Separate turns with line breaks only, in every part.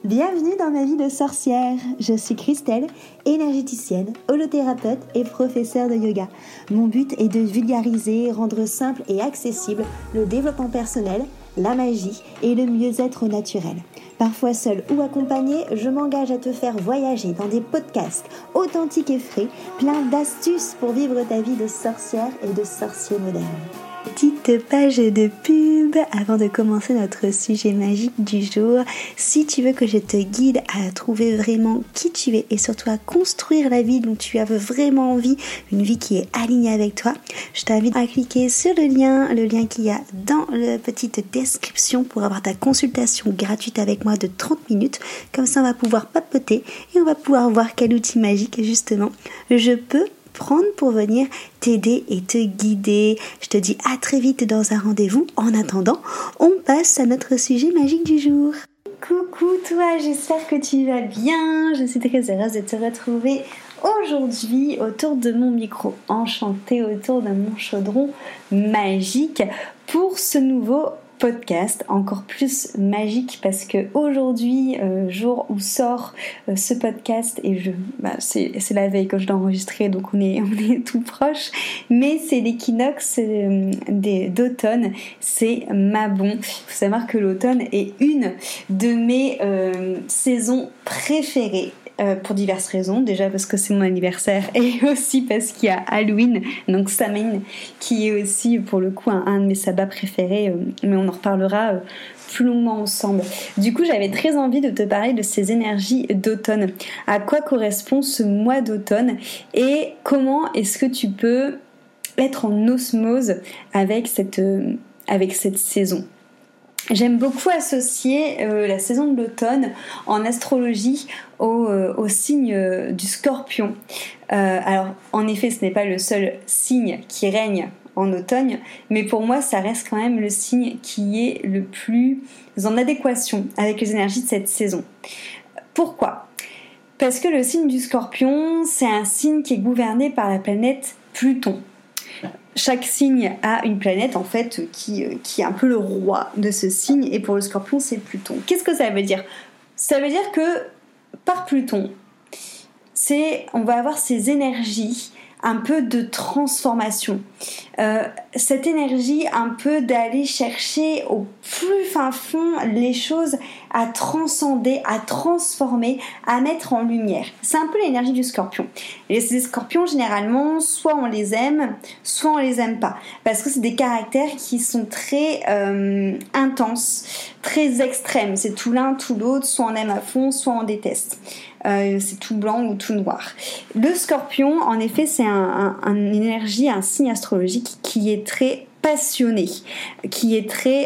Bienvenue dans ma vie de sorcière. Je suis Christelle, énergéticienne, holothérapeute et professeure de yoga. Mon but est de vulgariser, rendre simple et accessible le développement personnel, la magie et le mieux-être naturel. Parfois seule ou accompagnée, je m'engage à te faire voyager dans des podcasts authentiques et frais, plein d'astuces pour vivre ta vie de sorcière et de sorcier moderne. Petite page de pub avant de commencer notre sujet magique du jour. Si tu veux que je te guide à trouver vraiment qui tu es et surtout à construire la vie dont tu as vraiment envie, une vie qui est alignée avec toi, je t'invite à cliquer sur le lien qu'il y a dans la petite description pour avoir ta consultation gratuite avec moi de 30 minutes. Comme ça, on va pouvoir papoter et on va pouvoir voir quel outil magique justement je peux prendre pour venir t'aider et te guider. Je te dis à très vite dans un rendez-vous. En attendant, on passe à notre sujet magique du jour. Coucou toi, j'espère que tu vas bien. Je suis très heureuse de te retrouver aujourd'hui autour de mon micro, enchantée autour de mon chaudron magique pour ce nouveau podcast encore plus magique parce que aujourd'hui, jour où sort ce podcast et c'est la veille quand je l'ai enregistré, donc on est tout proche, mais c'est l'équinoxe d'automne, c'est Mabon. Il faut savoir que l'automne est une de mes saisons préférées. Pour diverses raisons, déjà parce que c'est mon anniversaire et aussi parce qu'il y a Halloween, donc Samhain, qui est aussi pour le coup un de mes sabbats préférés, mais on en reparlera plus longuement ensemble. Du coup, j'avais très envie de te parler de ces énergies d'automne, à quoi correspond ce mois d'automne et comment est-ce que tu peux être en osmose avec cette saison. J'aime beaucoup associer la saison de l'automne en astrologie au signe du Scorpion. Alors, en effet, ce n'est pas le seul signe qui règne en automne, mais pour moi, ça reste quand même le signe qui est le plus en adéquation avec les énergies de cette saison. Pourquoi ? Parce que le signe du Scorpion, c'est un signe qui est gouverné par la planète Pluton. Chaque signe a une planète en fait qui est un peu le roi de ce signe, et pour le Scorpion c'est Pluton. Qu'est-ce que ça veut dire ? Ça veut dire que par Pluton, on va avoir ces énergies un peu de transformation, cette énergie un peu d'aller chercher au plus fin fond les choses à transcender, à transformer, à mettre en lumière. C'est un peu l'énergie du Scorpion. Et ces Scorpions, généralement, soit on les aime, soit on les aime pas, parce que c'est des caractères qui sont très intenses, très extrêmes. C'est tout l'un, tout l'autre, soit on aime à fond, soit on déteste. C'est tout blanc ou tout noir. Le Scorpion, en effet, c'est une énergie, un signe astrologique qui est très passionné, qui est très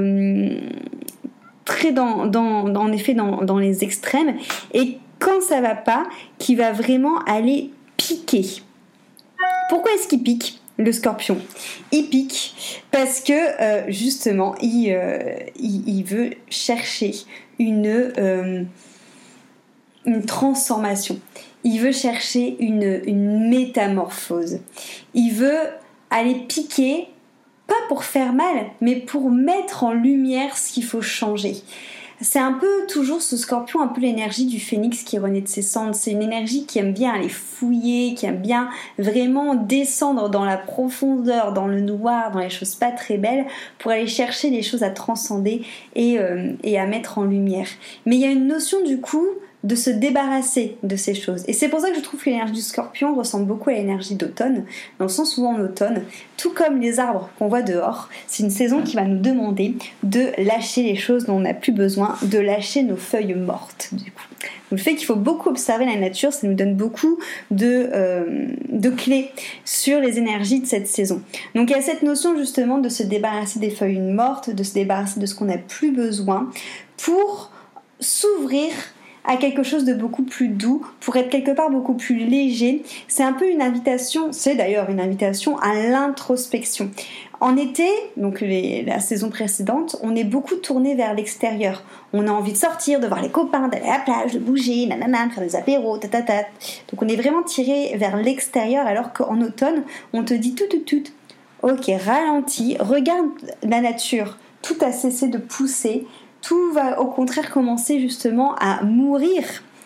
dans les extrêmes, et quand ça va pas, qui va vraiment aller piquer. Pourquoi est-ce qu'il pique ? Le Scorpion, il pique parce que justement, il veut chercher une transformation. Il veut chercher une métamorphose. Il veut aller piquer, pas pour faire mal, mais pour mettre en lumière ce qu'il faut changer. C'est un peu toujours ce Scorpion, un peu l'énergie du phénix qui renaît de ses cendres. C'est une énergie qui aime bien aller fouiller, qui aime bien vraiment descendre dans la profondeur, dans le noir, dans les choses pas très belles, pour aller chercher des choses à transcender et à mettre en lumière. Mais il y a une notion du coup de se débarrasser de ces choses. Et c'est pour ça que je trouve que l'énergie du Scorpion ressemble beaucoup à l'énergie d'automne, dans le sens où en automne, tout comme les arbres qu'on voit dehors, c'est une saison qui va nous demander de lâcher les choses dont on n'a plus besoin, de lâcher nos feuilles mortes, du coup. Donc, le fait qu'il faut beaucoup observer la nature, ça nous donne beaucoup de clés sur les énergies de cette saison. Donc il y a cette notion justement de se débarrasser des feuilles mortes, de se débarrasser de ce qu'on n'a plus besoin, pour s'ouvrir à quelque chose de beaucoup plus doux, pour être quelque part beaucoup plus léger. C'est un peu une invitation, c'est d'ailleurs une invitation à l'introspection. En été, donc la saison précédente, on est beaucoup tourné vers l'extérieur. On a envie de sortir, de voir les copains, d'aller à la plage, de bouger, nanana, de faire des apéros, tatata. Donc on est vraiment tiré vers l'extérieur, alors qu'en automne, on te dit tout. Ok, ralentis, regarde la nature, tout a cessé de pousser. tout va au contraire commencer justement à mourir.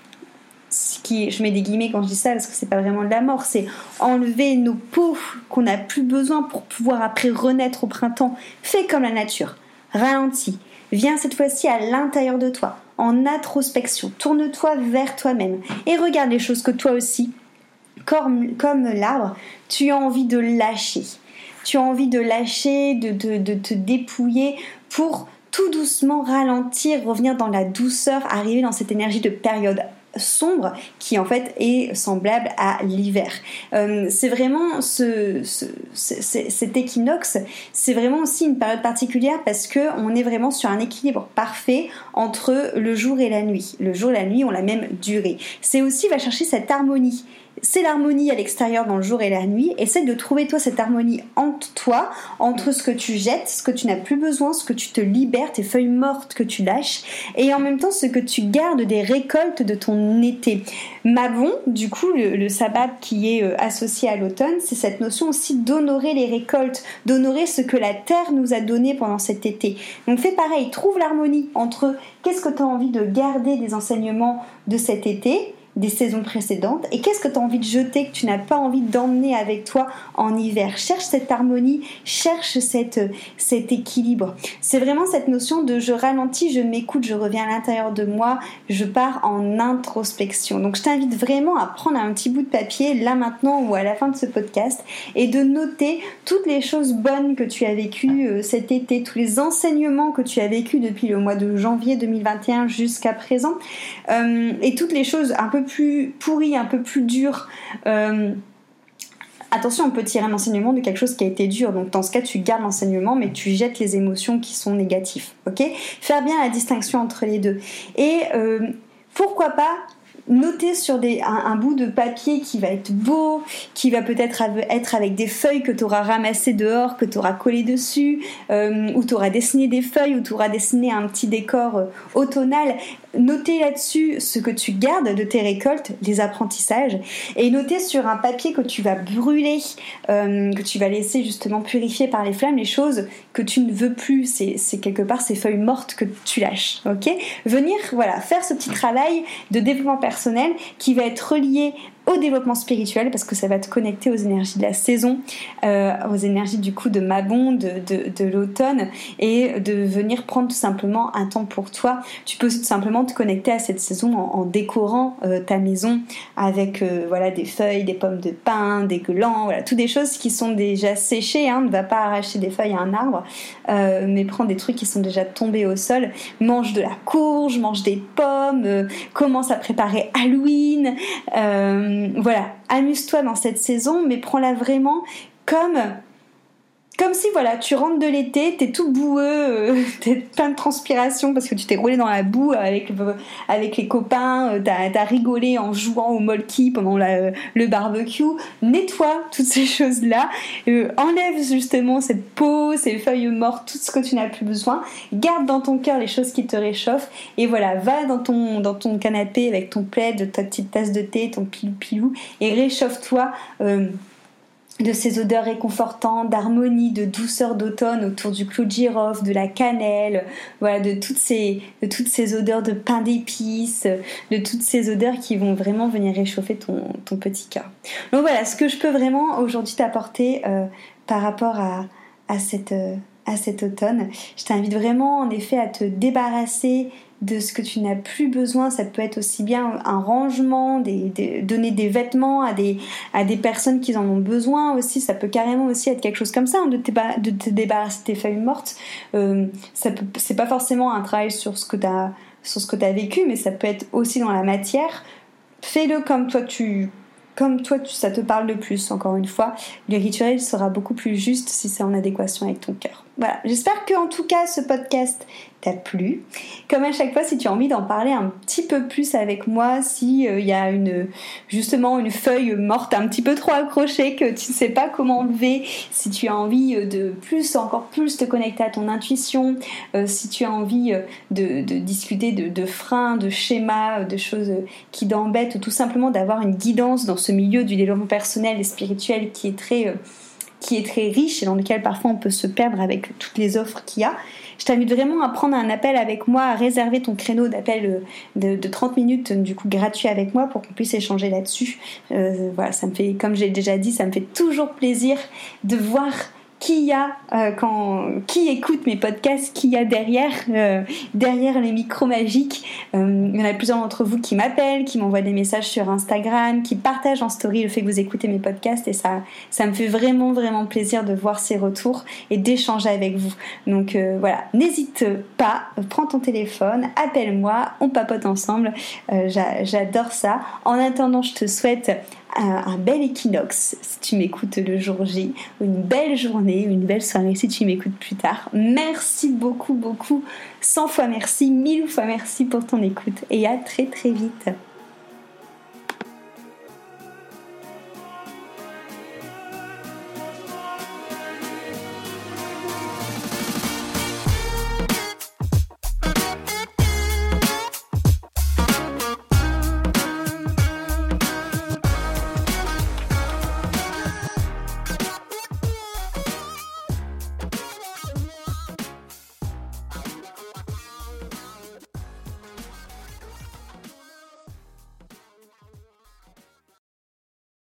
Je mets des guillemets quand je dis ça parce que c'est pas vraiment de la mort, c'est enlever nos peaux qu'on n'a plus besoin pour pouvoir après renaître au printemps. Fais comme la nature, ralentis, viens cette fois-ci à l'intérieur de toi, en introspection, tourne-toi vers toi-même et regarde les choses que toi aussi, comme l'arbre, tu as envie de lâcher. Tu as envie de lâcher, de te dépouiller pour tout doucement ralentir, revenir dans la douceur, arriver dans cette énergie de période sombre qui en fait est semblable à l'hiver. C'est vraiment cet équinoxe, c'est vraiment aussi une période particulière parce que on est vraiment sur un équilibre parfait entre le jour et la nuit. Le jour et la nuit ont la même durée. C'est aussi va chercher cette harmonie. C'est l'harmonie à l'extérieur dans le jour et la nuit. Essaie de trouver toi cette harmonie entre toi, entre ce que tu jettes, ce que tu n'as plus besoin, ce que tu te libères, tes feuilles mortes que tu lâches, et en même temps ce que tu gardes des récoltes de ton été. Mabon, du coup, le sabbat qui est associé à l'automne, c'est cette notion aussi d'honorer les récoltes, d'honorer ce que la terre nous a donné pendant cet été. Donc fais pareil, trouve l'harmonie entre qu'est-ce que tu as envie de garder des enseignements de cet été, des saisons précédentes, et qu'est-ce que tu as envie de jeter, que tu n'as pas envie d'emmener avec toi en hiver. Cherche cette harmonie, cherche cet équilibre. C'est vraiment cette notion de je ralentis, je m'écoute, je reviens à l'intérieur de moi, je pars en introspection. Donc je t'invite vraiment à prendre un petit bout de papier là maintenant ou à la fin de ce podcast et de noter toutes les choses bonnes que tu as vécues cet été, tous les enseignements que tu as vécus depuis le mois de janvier 2021 jusqu'à présent, et toutes les choses un peu plus pourri, un peu plus dur. Attention, on peut tirer un enseignement de quelque chose qui a été dur, donc dans ce cas tu gardes l'enseignement mais tu jettes les émotions qui sont négatives, ok ? Faire bien la distinction entre les deux. Et pourquoi pas noter sur un bout de papier qui va être beau, qui va peut-être être avec des feuilles que tu auras ramassées dehors, que tu auras collées dessus, où tu auras dessiné des feuilles, où tu auras dessiné un petit décor automnal. Noter là-dessus ce que tu gardes de tes récoltes, les apprentissages, et noter sur un papier que tu vas brûler, que tu vas laisser justement purifier par les flammes, les choses que tu ne veux plus. C'est quelque part ces feuilles mortes que tu lâches, ok ? Venir, voilà, faire ce petit travail de développement personnel qui va être relié au développement spirituel parce que ça va te connecter aux énergies de la saison, aux énergies du coup de Mabon, de l'automne, et de venir prendre tout simplement un temps pour toi. Tu peux tout simplement te connecter à cette saison en décorant ta maison avec voilà, des feuilles, des pommes de pin, des glands, voilà, toutes des choses qui sont déjà séchées, hein. Ne va pas arracher des feuilles à un arbre, mais prends des trucs qui sont déjà tombés au sol, mange de la courge, mange des pommes, commence à préparer Halloween, voilà, amuse-toi dans cette saison, mais prends-la vraiment comme si voilà, tu rentres de l'été, t'es tout boueux, t'es plein de transpiration parce que tu t'es roulé dans la boue avec les copains, t'as rigolé en jouant au molki pendant le barbecue. Nettoie toutes ces choses-là, enlève justement cette peau, ces feuilles mortes, tout ce que tu n'as plus besoin, garde dans ton cœur les choses qui te réchauffent et voilà, va dans ton canapé avec ton plaid, ta petite tasse de thé, ton pilou-pilou et réchauffe-toi de ces odeurs réconfortantes, d'harmonie, de douceur d'automne autour du clou de girofle, de la cannelle, voilà, de toutes ces odeurs de pain d'épices, de toutes ces odeurs qui vont vraiment venir réchauffer ton petit cœur. Donc voilà, ce que je peux vraiment aujourd'hui t'apporter par rapport à cet automne. Je t'invite vraiment en effet à te débarrasser de ce que tu n'as plus besoin. Ça peut être aussi bien un rangement, donner des vêtements à des personnes qui en ont besoin aussi. Ça peut carrément aussi être quelque chose comme ça, hein, de te débarrasser de tes feuilles mortes. C'est pas forcément un travail sur ce que t'as vécu, mais ça peut être aussi dans la matière. Fais-le comme toi ça te parle le plus. Encore une fois, le rituel sera beaucoup plus juste si c'est en adéquation avec ton cœur. Voilà, j'espère que en tout cas ce podcast t'a plu. Comme à chaque fois, si tu as envie d'en parler un petit peu plus avec moi, si y a justement une feuille morte un petit peu trop accrochée que tu ne sais pas comment enlever, si tu as envie de encore plus te connecter à ton intuition, si tu as envie de discuter de freins, de schémas, de choses qui t'embêtent, ou tout simplement d'avoir une guidance dans ce milieu du développement personnel et spirituel qui est très riche et dans lequel parfois on peut se perdre avec toutes les offres qu'il y a, Je t'invite vraiment à prendre un appel avec moi, à réserver ton créneau d'appel de 30 minutes du coup gratuit avec moi pour qu'on puisse échanger là-dessus. Voilà, ça me fait, comme j'ai déjà dit, ça me fait toujours plaisir de voir qui écoute mes podcasts, qui y a derrière les micros magiques. Il y en a plusieurs d'entre vous qui m'appellent, qui m'envoient des messages sur Instagram, qui partagent en story le fait que vous écoutez mes podcasts, et ça me fait vraiment vraiment plaisir de voir ces retours et d'échanger avec vous. Donc voilà, n'hésite pas, prends ton téléphone, appelle-moi, on papote ensemble. J'adore ça. En attendant, je te souhaite un bel équinoxe si tu m'écoutes le jour J, une belle journée, une belle soirée si tu m'écoutes plus tard. Merci beaucoup, 100 fois merci, 1000 fois merci pour ton écoute, et à très très vite.